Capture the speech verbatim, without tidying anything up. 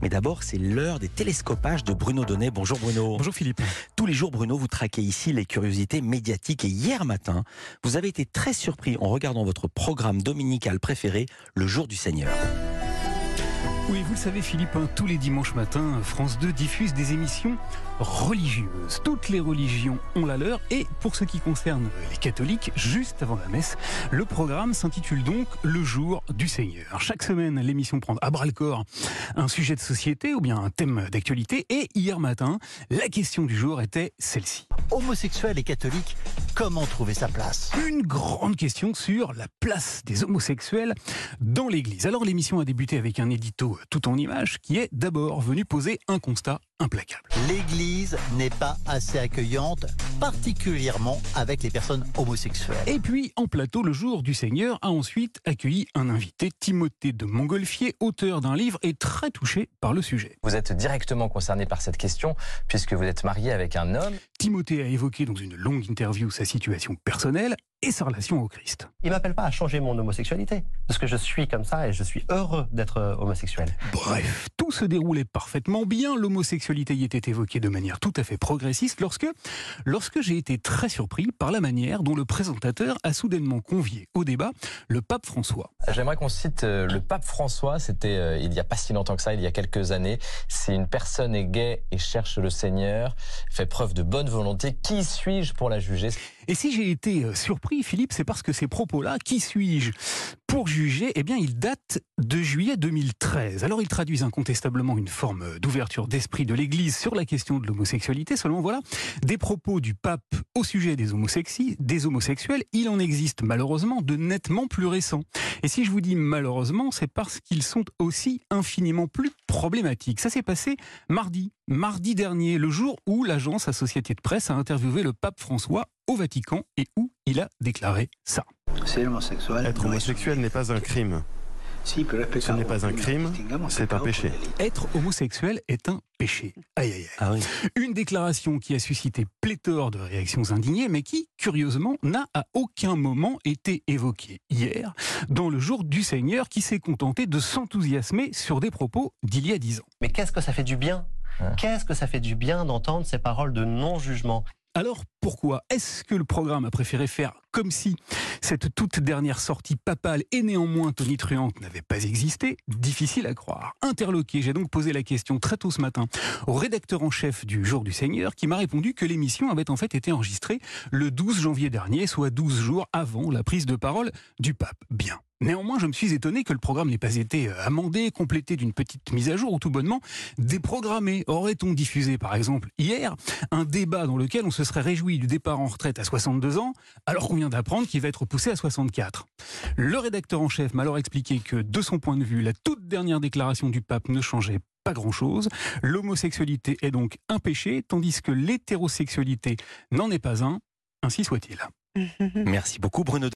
Mais d'abord, c'est l'heure des télescopages de Bruno Donnet. Bonjour Bruno. Bonjour Philippe. Tous les jours, Bruno, vous traquez ici les curiosités médiatiques. Et hier matin, vous avez été très surpris en regardant votre programme dominical préféré, Le Jour du Seigneur. Oui, vous le savez Philippe, hein, tous les dimanches matins, France deux diffuse des émissions religieuses. Toutes les religions ont la leur et pour ce qui concerne les catholiques, juste avant la messe, le programme s'intitule donc Le Jour du Seigneur. Chaque semaine, l'émission prend à bras-le-corps un sujet de société ou bien un thème d'actualité et hier matin, la question du jour était celle-ci. Homosexuels et catholiques, comment trouver sa place ? Une grande question sur la place des homosexuels dans l'Église. Alors l'émission a débuté avec un édito tout en images qui est d'abord venu poser un constat implacable. L'Église n'est pas assez accueillante, particulièrement avec les personnes homosexuelles. Et puis, en plateau, Le Jour du Seigneur a ensuite accueilli un invité, Timothée de Montgolfier, auteur d'un livre et très touché par le sujet. Vous êtes directement concerné par cette question, puisque vous êtes marié avec un homme. Timothée a évoqué dans une longue interview sa situation personnelle et sa relation au Christ. Il ne m'appelle pas à changer mon homosexualité, parce que je suis comme ça et je suis heureux d'être homosexuel. Bref, tout se déroulait parfaitement bien, l'homosexualité y était évoquée de manière tout à fait progressiste lorsque, lorsque j'ai été très surpris par la manière dont le présentateur a soudainement convié au débat le pape François. J'aimerais qu'on cite le pape François, c'était euh, il n'y a pas si longtemps que ça, il y a quelques années. Si une personne est gay et cherche le Seigneur, fait preuve de bonne volonté, qui suis-je pour la juger ? Et si j'ai été surpris, Philippe, c'est parce que ces propos-là, qui suis-je pour juger ? Eh bien, ils datent de juillet deux mille treize. Alors, ils traduisent incontestablement une forme d'ouverture d'esprit de l'Église sur la question de l'homosexualité. Seulement, voilà, des propos du pape au sujet des, homosexi- des homosexuels, il en existe malheureusement de nettement plus récents. Et si je vous dis malheureusement, c'est parce qu'ils sont aussi infiniment plus problématiques. Ça s'est passé mardi, mardi dernier, le jour où l'agence Associated Press a interviewé le pape François au Vatican et où il a déclaré ça. Être homosexuel n'est pas un crime. Ce n'est pas un crime, c'est un péché. Être homosexuel est un péché. Aïe, aïe, aïe. Ah oui. Une déclaration qui a suscité pléthore de réactions indignées, mais qui, curieusement, n'a à aucun moment été évoquée hier, dans Le Jour du Seigneur, qui s'est contenté de s'enthousiasmer sur des propos d'il y a dix ans. Mais qu'est-ce que ça fait du bien ? Qu'est-ce que ça fait du bien d'entendre ces paroles de non-jugement ? Alors pourquoi est-ce que le programme a préféré faire comme si cette toute dernière sortie papale et néanmoins tonitruante n'avait pas existé ? Difficile à croire. Interloqué, j'ai donc posé la question très tôt ce matin au rédacteur en chef du Jour du Seigneur qui m'a répondu que l'émission avait en fait été enregistrée le douze janvier dernier, soit douze jours avant la prise de parole du pape. Bien. Néanmoins, je me suis étonné que le programme n'ait pas été amendé, complété d'une petite mise à jour ou tout bonnement déprogrammé. Aurait-on diffusé, par exemple, hier, un débat dans lequel on se serait réjoui du départ en retraite à soixante-deux ans, alors qu'on vient d'apprendre qu'il va être repoussé à soixante-quatre. Le rédacteur en chef m'a alors expliqué que, de son point de vue, la toute dernière déclaration du pape ne changeait pas grand-chose. L'homosexualité est donc un péché, tandis que l'hétérosexualité n'en est pas un. Ainsi soit-il. Merci beaucoup Bruno.